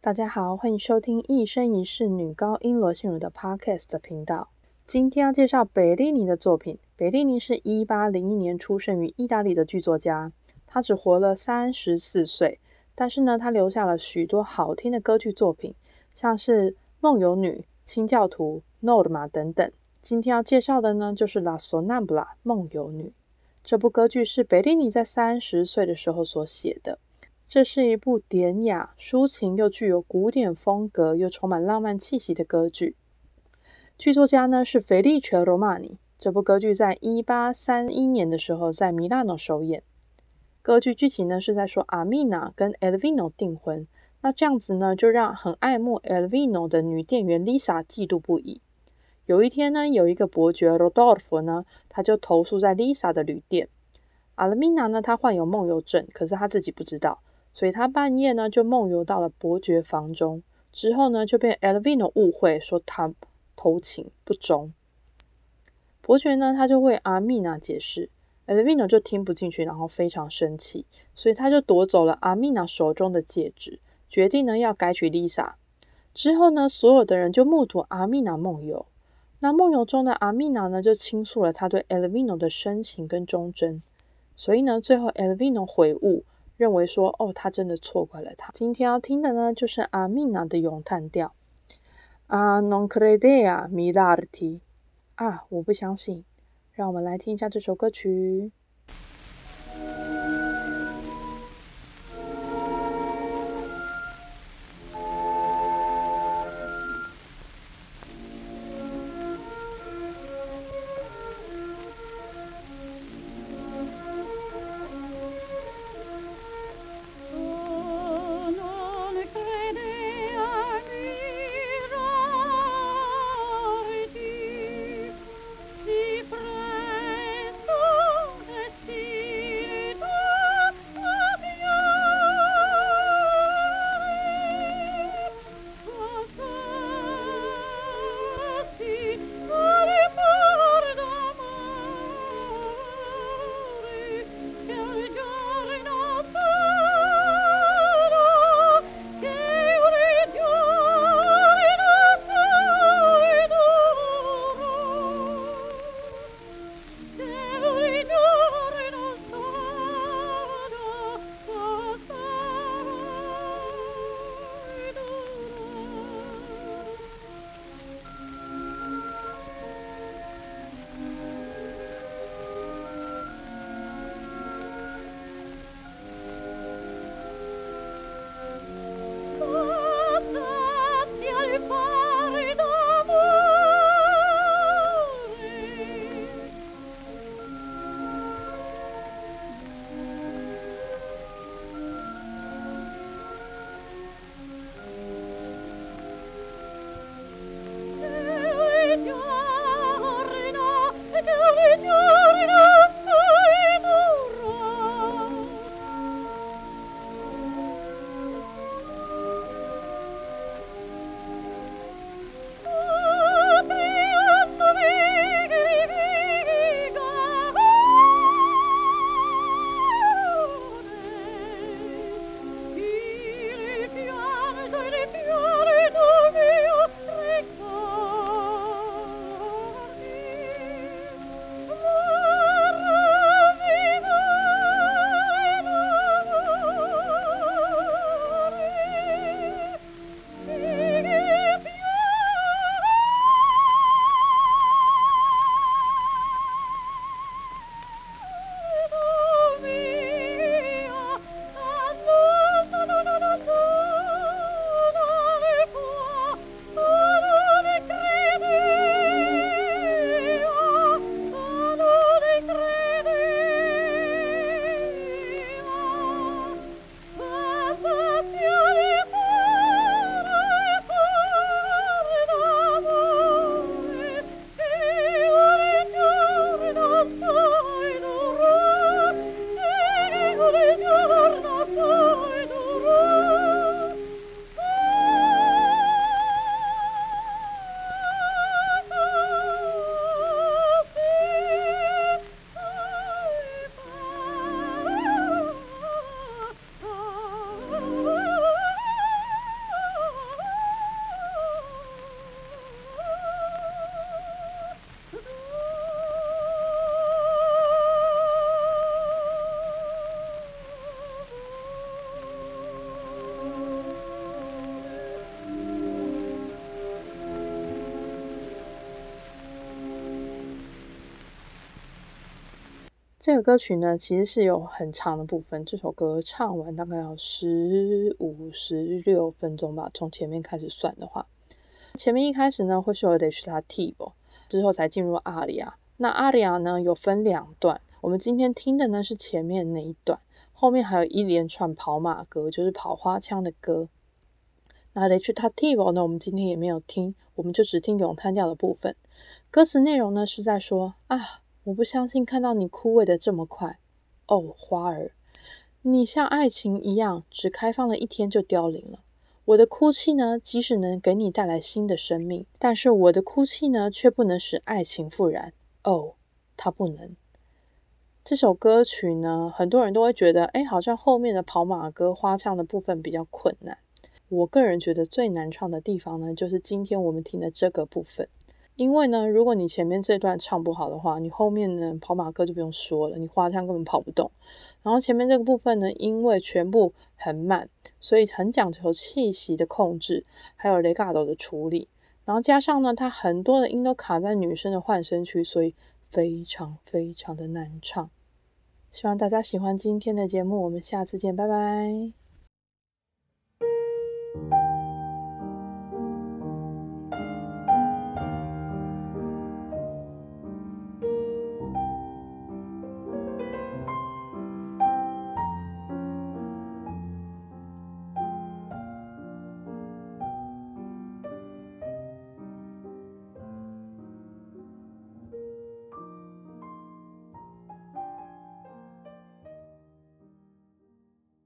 大家好，欢迎收听一生一世女高音罗心如的 Podcast 的频道。今天要介绍贝利尼的作品。贝利尼是1801年出生于意大利的剧作家，他只活了34岁，但是呢，他留下了许多好听的歌剧作品，像是《梦游女》、《清教徒》、《Norma》等等。今天要介绍的呢，就是《La Sonnambula》梦游女。这部歌剧是贝利尼在30岁的时候所写的。这是一部典雅、抒情又具有古典风格又充满浪漫气息的歌剧。剧作家呢是Felice Romani。这部歌剧在1831年的时候在米兰诺首演。歌剧剧情呢是在说阿米娜跟 Elvino 订婚，那这样子呢就让很爱慕 Elvino 的女店员 Lisa 嫉妒不已。有一天呢，有一个伯爵 Rodolfo 呢，他就投诉在 Lisa 的旅店。阿米娜呢，她患有梦游症，可是她自己不知道。所以他半夜呢就梦游到了伯爵房中，之后呢就被 Elvino 误会说他偷情不忠。伯爵呢他就为阿米娜解释， Elvino 就听不进去，然后非常生气，所以他就夺走了阿米娜手中的戒指，决定呢要改娶 Lisa。 之后呢所有的人就目睹阿米娜梦游。那梦游中的阿米娜呢就倾诉了他对 Elvino 的深情跟忠贞，所以呢最后 Elvino 悔悟，认为说他真的错怪了他。今天要听的呢就是阿米娜的咏叹调。Non credea mirarti。我不相信。让我们来听一下这首歌曲。 这个歌曲呢，其实是有很长的部分，这首歌唱完大概要15、16分钟吧，从前面开始算的话。前面一开始呢，会是有 recitativo， 之后才进入阿里亚。那阿里亚呢，有分2段，我们今天听的呢是前面那一段，后面还有一连串跑马歌，就是跑花腔的歌。那 recitativo 呢，我们今天也没有听，我们就只听咏叹调的部分。歌词内容呢是在说我不相信看到你枯萎的这么快，哦，花儿，你像爱情一样，只开放了1天就凋零了。我的哭泣呢，即使能给你带来新的生命，但是我的哭泣呢，却不能使爱情复燃。哦，它不能。这首歌曲呢，很多人都会觉得，好像后面的跑马歌花唱的部分比较困难。我个人觉得最难唱的地方呢，就是今天我们听的这个部分。因为呢，如果你前面这段唱不好的话，你后面呢跑马歌就不用说了，你花腔根本跑不动。然后前面这个部分呢，因为全部很慢，所以很讲求气息的控制，还有legato的处理。然后加上呢，它很多的音都卡在女生的换声区，所以非常非常的难唱。希望大家喜欢今天的节目，我们下次见，拜拜。